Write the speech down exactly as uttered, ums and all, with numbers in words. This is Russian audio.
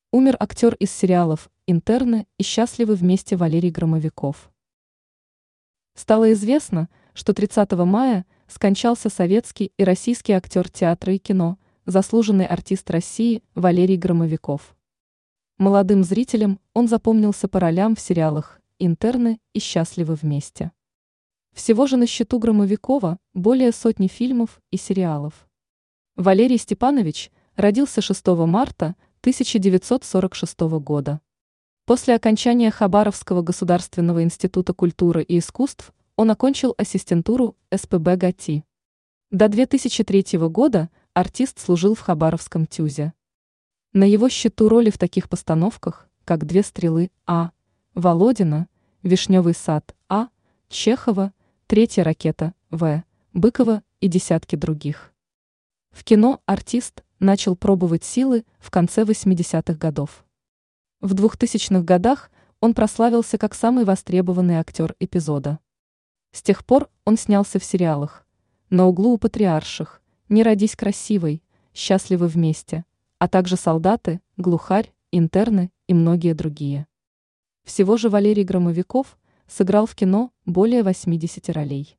Умер актер из сериалов «Интерны» и «Счастливы вместе» Валерий Громовиков. Стало известно, что тридцатого мая скончался советский и российский актер театра и кино, заслуженный артист России Валерий Громовиков. Молодым зрителям он запомнился по ролям в сериалах «Интерны» и «Счастливы вместе». Всего же на счету Громовикова более сотни фильмов и сериалов. Валерий Степанович родился шестого марта тысяча девятьсот сорок шестого года. После окончания Хабаровского государственного института культуры и искусств он окончил ассистентуру эс пэ бэ ГАТИ. До две тысячи третьего года артист служил в Хабаровском ТЮЗе. На его счету роли в таких постановках, как «Две стрелы» А, Володина, «Вишневый сад» А, Чехова, «Третья ракета» В, Быкова и десятки других. В кино артист начал пробовать силы в конце восьмидесятых годов. В двухтысячных годах он прославился как самый востребованный актер эпизода. С тех пор он снялся в сериалах «На углу у Патриарших», «Не родись красивой», «Счастливы вместе», а также «Солдаты», «Глухарь», «Интерны» и многие другие. Всего же Валерий Громовиков сыграл в кино более восьмидесяти ролей.